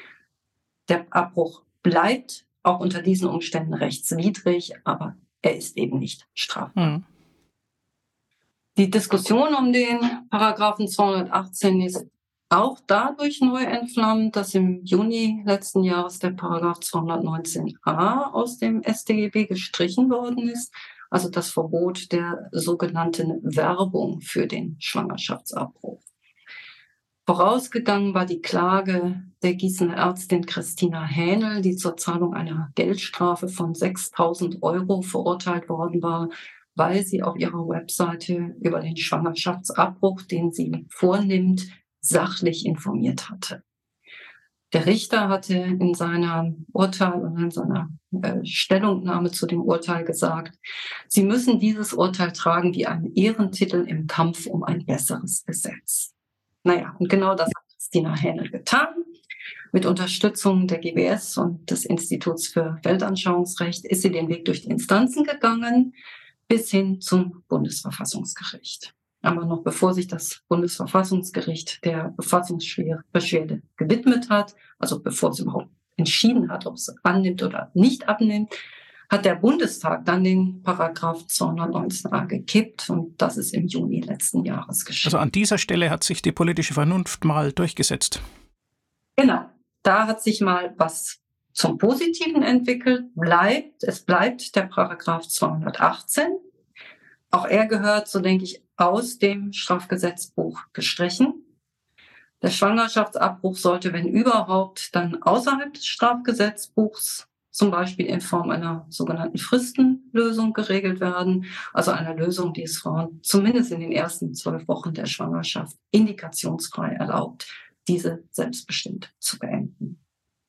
Der Abbruch bleibt auch unter diesen Umständen rechtswidrig, aber er ist eben nicht strafbar. Mhm. Die Diskussion um den Paragraphen zweihundertachtzehn ist auch dadurch neu entflammt, dass im Juni letzten Jahres der Paragraph zweihundertneunzehn a aus dem S t G B gestrichen worden ist, also das Verbot der sogenannten Werbung für den Schwangerschaftsabbruch. Vorausgegangen war die Klage der Gießener Ärztin Christina Hähnel, die zur Zahlung einer Geldstrafe von sechstausend Euro verurteilt worden war, weil sie auf ihrer Webseite über den Schwangerschaftsabbruch, den sie vornimmt, sachlich informiert hatte. Der Richter hatte in seinem Urteil und in seiner äh, Stellungnahme zu dem Urteil gesagt, Sie müssen dieses Urteil tragen wie einen Ehrentitel im Kampf um ein besseres Gesetz. Naja, und genau das hat Christina Hähnel getan. Mit Unterstützung der G B S und des Instituts für Weltanschauungsrecht ist sie den Weg durch die Instanzen gegangen, bis hin zum Bundesverfassungsgericht. Aber noch bevor sich das Bundesverfassungsgericht der Befassungsbeschwerde gewidmet hat, also bevor es überhaupt entschieden hat, ob es annimmt oder nicht abnimmt, hat der Bundestag dann den Paragraph zweihundertneunzehn a gekippt und das ist im Juni letzten Jahres geschehen. Also an dieser Stelle hat sich die politische Vernunft mal durchgesetzt. Genau, da hat sich mal was zum Positiven entwickelt, bleibt, es bleibt der Paragraph zweihundertachtzehn. Auch er gehört, so denke ich, aus dem Strafgesetzbuch gestrichen. Der Schwangerschaftsabbruch sollte, wenn überhaupt, dann außerhalb des Strafgesetzbuchs, zum Beispiel in Form einer sogenannten Fristenlösung geregelt werden, also einer Lösung, die es Frauen zumindest in den ersten zwölf Wochen der Schwangerschaft indikationsfrei erlaubt, diese selbstbestimmt zu beenden.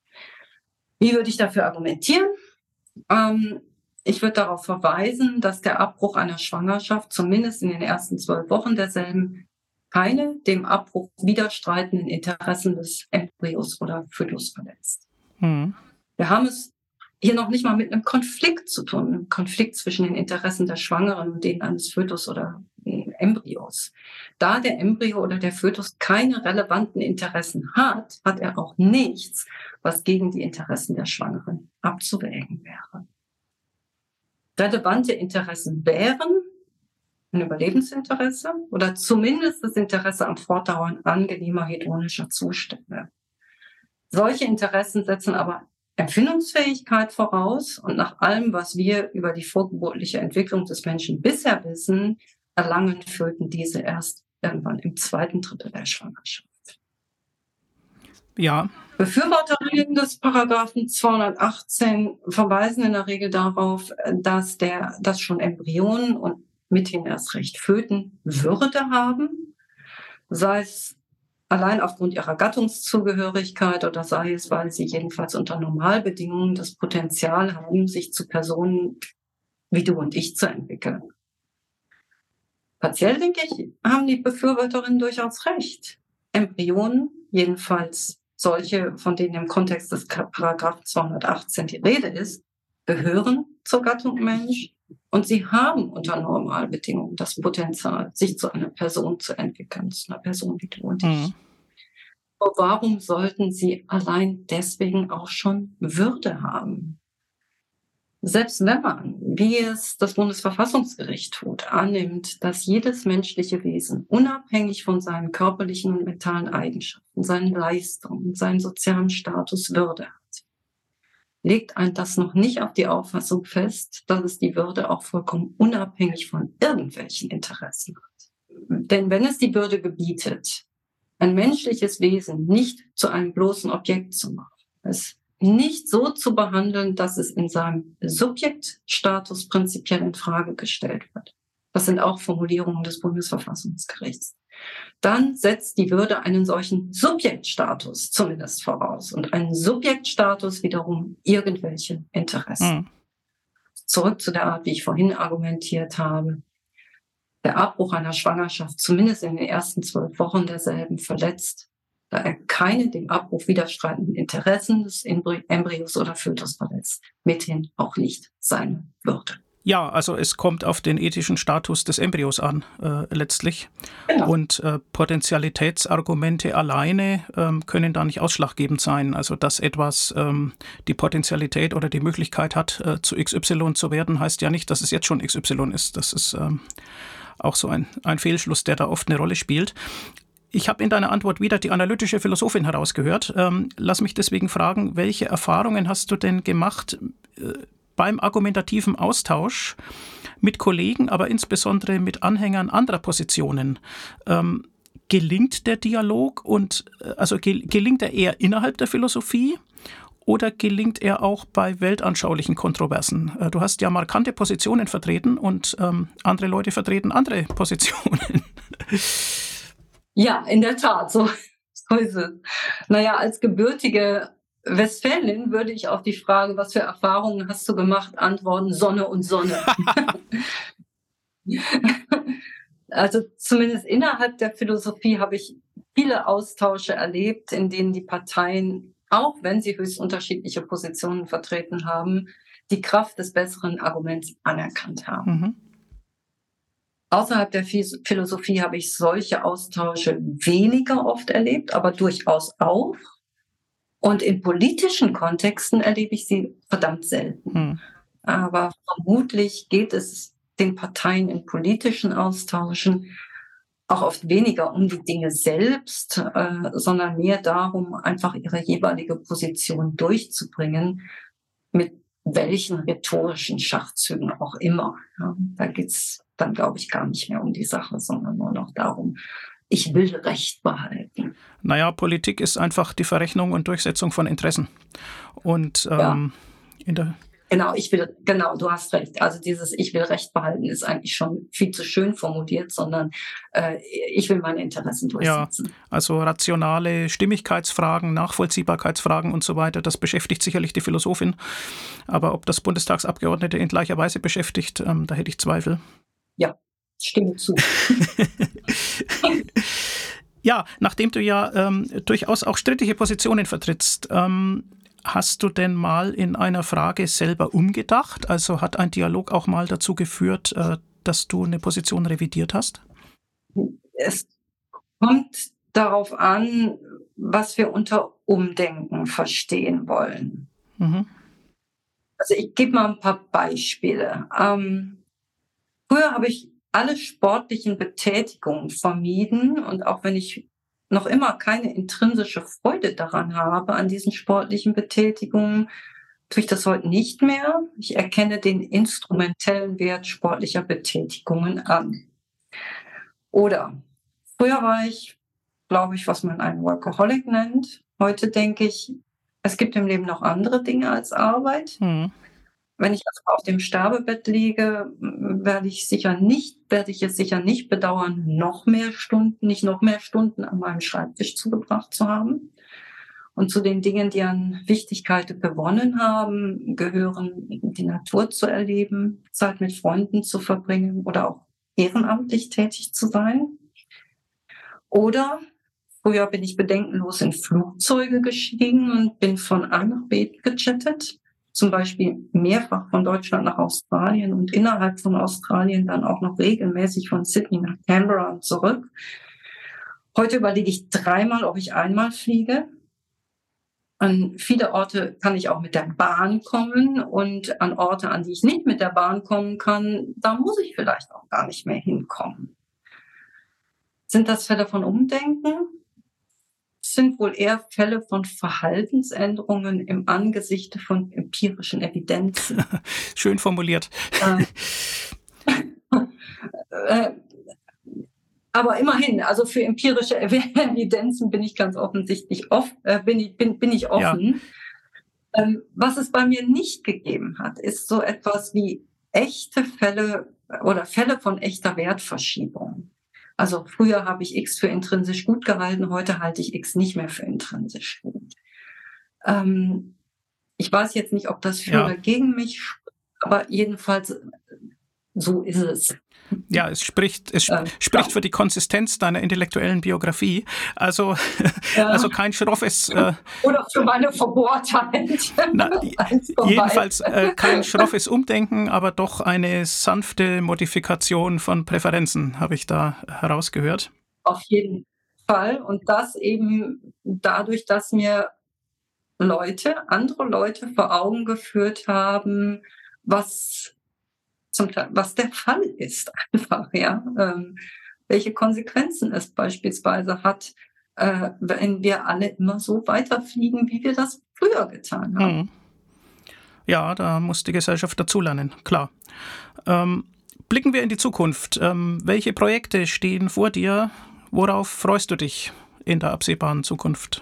Wie würde ich dafür argumentieren? Ähm, ich würde darauf verweisen, dass der Abbruch einer Schwangerschaft zumindest in den ersten zwölf Wochen derselben keine dem Abbruch widerstreitenden Interessen des Embryos oder Fötus verletzt. Hm. Wir haben es hier noch nicht mal mit einem Konflikt zu tun, einem Konflikt zwischen den Interessen der Schwangeren und denen eines Fötus oder Embryos. Da der Embryo oder der Fötus keine relevanten Interessen hat, hat er auch nichts, was gegen die Interessen der Schwangeren abzuwägen wäre. Relevante Interessen wären ein Überlebensinteresse oder zumindest das Interesse am Fortdauern angenehmer hedonischer Zustände. Solche Interessen setzen aber Empfindungsfähigkeit voraus und nach allem, was wir über die vorgeburtliche Entwicklung des Menschen bisher wissen, erlangen Föten diese erst irgendwann im zweiten Drittel der Schwangerschaft. Ja. Befürworterinnen des Paragraphen zweihundertachtzehn verweisen in der Regel darauf, dass der, dass schon Embryonen und mithin erst recht Föten Würde haben, sei es allein aufgrund ihrer Gattungszugehörigkeit oder sei es, weil sie jedenfalls unter Normalbedingungen das Potenzial haben, sich zu Personen wie du und ich zu entwickeln. Partiell, denke ich, haben die Befürworterinnen durchaus recht. Embryonen, jedenfalls solche, von denen im Kontext des Paragraph zweihundertachtzehn die Rede ist, gehören zur Gattung Mensch und sie haben unter Normalbedingungen das Potenzial, sich zu einer Person zu entwickeln, zu einer Person wie du und ich. Mhm. Aber warum sollten sie allein deswegen auch schon Würde haben? Selbst wenn man, wie es das Bundesverfassungsgericht tut, annimmt, dass jedes menschliche Wesen unabhängig von seinen körperlichen und mentalen Eigenschaften, seinen Leistungen, seinen sozialen Status Würde hat, legt ein das noch nicht auf die Auffassung fest, dass es die Würde auch vollkommen unabhängig von irgendwelchen Interessen hat. Denn wenn es die Würde gebietet, ein menschliches Wesen nicht zu einem bloßen Objekt zu machen, es nicht so zu behandeln, dass es in seinem Subjektstatus prinzipiell in Frage gestellt wird. Das sind auch Formulierungen des Bundesverfassungsgerichts. Dann setzt die Würde einen solchen Subjektstatus zumindest voraus und einen Subjektstatus wiederum irgendwelche Interessen. Mhm. Zurück zu der Art, wie ich vorhin argumentiert habe. Der Abbruch einer Schwangerschaft, zumindest in den ersten zwölf Wochen derselben, verletzt, da er keine dem Abbruch widerstreitenden Interessen des Embryos oder Fötus verletzt, mithin auch nicht seine Würde. Ja, also es kommt auf den ethischen Status des Embryos an, äh, letztlich. Genau. Und äh, Potentialitätsargumente alleine ähm, können da nicht ausschlaggebend sein. Also dass etwas ähm, die Potentialität oder die Möglichkeit hat, äh, zu X Y zu werden, heißt ja nicht, dass es jetzt schon X Y ist. Das ist ähm, auch so ein, ein Fehlschluss, der da oft eine Rolle spielt. Ich habe in deiner Antwort wieder die analytische Philosophin herausgehört. Ähm, lass mich deswegen fragen, welche Erfahrungen hast du denn gemacht äh, beim argumentativen Austausch mit Kollegen, aber insbesondere mit Anhängern anderer Positionen? Ähm, gelingt der Dialog und äh, also gel- gelingt er eher innerhalb der Philosophie? Oder gelingt er auch bei weltanschaulichen Kontroversen? Äh, Du hast ja markante Positionen vertreten und ähm, andere Leute vertreten andere Positionen. Ja, in der Tat, so, so ist es. Naja, als gebürtige Westfälin würde ich auf die Frage, was für Erfahrungen hast du gemacht, antworten, Sonne und Sonne. Also zumindest innerhalb der Philosophie habe ich viele Austausche erlebt, in denen die Parteien, auch wenn sie höchst unterschiedliche Positionen vertreten haben, die Kraft des besseren Arguments anerkannt haben. Mhm. Außerhalb der Philosophie habe ich solche Austausche weniger oft erlebt, aber durchaus auch. Und in politischen Kontexten erlebe ich sie verdammt selten. Mhm. Aber vermutlich geht es den Parteien in politischen Austauschen auch oft weniger um die Dinge selbst, äh, sondern mehr darum, einfach ihre jeweilige Position durchzubringen, mit welchen rhetorischen Schachzügen auch immer. Ja, da geht's dann, glaube ich, gar nicht mehr um die Sache, sondern nur noch darum, ich will Recht behalten. Naja, Politik ist einfach die Verrechnung und Durchsetzung von Interessen. Und Ja. ähm, in der Genau, ich will, genau, du hast recht. Also dieses Ich will Recht behalten ist eigentlich schon viel zu schön formuliert, sondern äh, ich will meine Interessen Ja, durchsetzen. also rationale Stimmigkeitsfragen, Nachvollziehbarkeitsfragen und so weiter, das beschäftigt sicherlich die Philosophin. Aber ob das Bundestagsabgeordnete in gleicher Weise beschäftigt, ähm, da hätte ich Zweifel. Ja, stimme zu. Ja, nachdem du ja ähm, durchaus auch strittige Positionen vertrittst, ähm, hast du denn mal in einer Frage selber umgedacht? Also hat ein Dialog auch mal dazu geführt, äh, dass du eine Position revidiert hast? Es kommt darauf an, was wir unter Umdenken verstehen wollen. Mhm. Also ich gebe mal ein paar Beispiele. Ähm, früher habe ich alle sportlichen Betätigungen vermieden und auch wenn ich noch immer keine intrinsische Freude daran habe, an diesen sportlichen Betätigungen, tue ich das heute nicht mehr. Ich erkenne den instrumentellen Wert sportlicher Betätigungen an. Oder früher war ich, glaube ich, was man einen Workaholic nennt. Heute denke ich, es gibt im Leben noch andere Dinge als Arbeit. Mhm. Wenn ich also auf dem Sterbebett liege, werde ich sicher nicht, werde ich es sicher nicht bedauern, noch mehr Stunden, nicht noch mehr Stunden an meinem Schreibtisch zugebracht zu haben. Und zu den Dingen, die an Wichtigkeit gewonnen haben, gehören die Natur zu erleben, Zeit mit Freunden zu verbringen oder auch ehrenamtlich tätig zu sein. Oder früher bin ich bedenkenlos in Flugzeuge gestiegen und bin von A nach B gechattet. Zum Beispiel mehrfach von Deutschland nach Australien und innerhalb von Australien dann auch noch regelmäßig von Sydney nach Canberra und zurück. Heute überlege ich dreimal, ob ich einmal fliege. An viele Orte kann ich auch mit der Bahn kommen und an Orte, an die ich nicht mit der Bahn kommen kann, da muss ich vielleicht auch gar nicht mehr hinkommen. Sind das Fälle von Umdenken? Sind wohl eher Fälle von Verhaltensänderungen im Angesicht von empirischen Evidenzen. Schön formuliert. Äh, äh, aber immerhin, also für empirische Evidenzen bin ich ganz offensichtlich offen, äh, bin ich, bin, bin ich offen. Ja. Ähm, was es bei mir nicht gegeben hat, ist so etwas wie echte Fälle oder Fälle von echter Wertverschiebung. Also früher habe ich X für intrinsisch gut gehalten, heute halte ich X nicht mehr für intrinsisch gut. Ähm, ich weiß jetzt nicht, ob das für Ja. oder gegen mich spricht, aber jedenfalls so ist es. Ja, es spricht, es Äh, spricht ja. für die Konsistenz deiner intellektuellen Biografie. Also, Ja. also kein schroffes... Äh, Oder für meine Verbohrtheit. na, jedenfalls äh, kein schroffes Umdenken, aber doch eine sanfte Modifikation von Präferenzen, habe ich da herausgehört. Auf jeden Fall. Und das eben dadurch, dass mir Leute, andere Leute vor Augen geführt haben, was zum Teil, was der Fall ist einfach, ja. Ähm, welche Konsequenzen es beispielsweise hat, äh, wenn wir alle immer so weiterfliegen, wie wir das früher getan haben. Mhm. Ja, da muss die Gesellschaft dazulernen, klar. Ähm, blicken wir in die Zukunft. Ähm, welche Projekte stehen vor dir? Worauf freust du dich in der absehbaren Zukunft?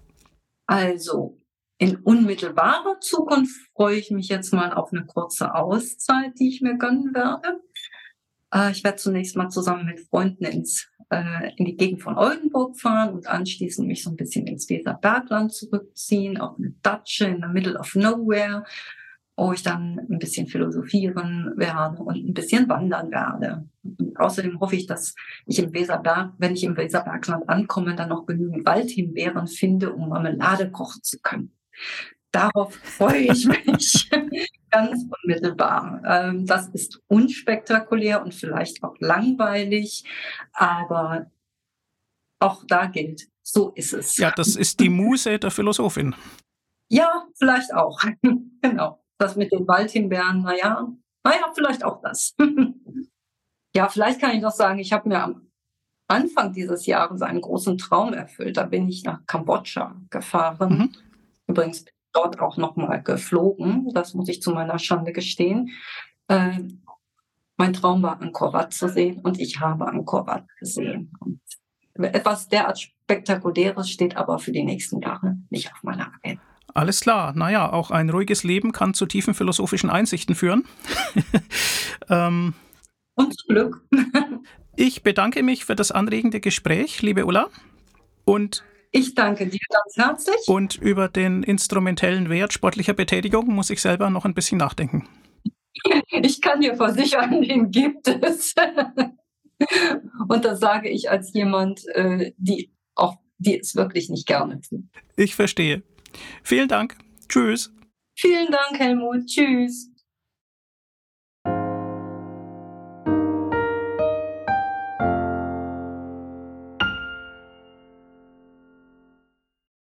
Also, in unmittelbarer Zukunft freue ich mich jetzt mal auf eine kurze Auszeit, die ich mir gönnen werde. Äh, ich werde zunächst mal zusammen mit Freunden ins, äh, in die Gegend von Oldenburg fahren und anschließend mich so ein bisschen ins Weserbergland zurückziehen, auf eine Datsche in the middle of nowhere, wo ich dann ein bisschen philosophieren werde und ein bisschen wandern werde. Und außerdem hoffe ich, dass ich im Weserberg, wenn ich im Weserbergland ankomme, dann noch genügend Waldhimbeeren finde, um Marmelade kochen zu können. Darauf freue ich mich ganz unmittelbar. Ähm, das ist unspektakulär und vielleicht auch langweilig, aber auch da gilt, so ist es. Ja, das ist die Muse der Philosophin. Ja, vielleicht auch. Genau. Das mit den Waldhimbeeren, na ja, na ja, vielleicht auch das. Ja, vielleicht kann ich noch sagen, ich habe mir am Anfang dieses Jahres einen großen Traum erfüllt. Da bin ich nach Kambodscha gefahren. Mhm. Übrigens bin ich dort auch noch mal geflogen. Das muss ich zu meiner Schande gestehen. Äh, mein Traum war, Angkor Wat zu sehen und ich habe Angkor Wat gesehen. Und etwas derart Spektakuläres steht aber für die nächsten Jahre nicht auf meiner Agenda. Alles klar. Naja, auch ein ruhiges Leben kann zu tiefen philosophischen Einsichten führen. ähm, Und zum Glück. ich bedanke mich für das anregende Gespräch, liebe Ulla. Und, Ich danke dir ganz herzlich. und über den instrumentellen Wert sportlicher Betätigung muss ich selber noch ein bisschen nachdenken. Ich kann dir versichern, den gibt es. Und das sage ich als jemand, äh, die auch die es wirklich nicht gerne tut. Ich verstehe. Vielen Dank. Tschüss. Vielen Dank, Helmut. Tschüss.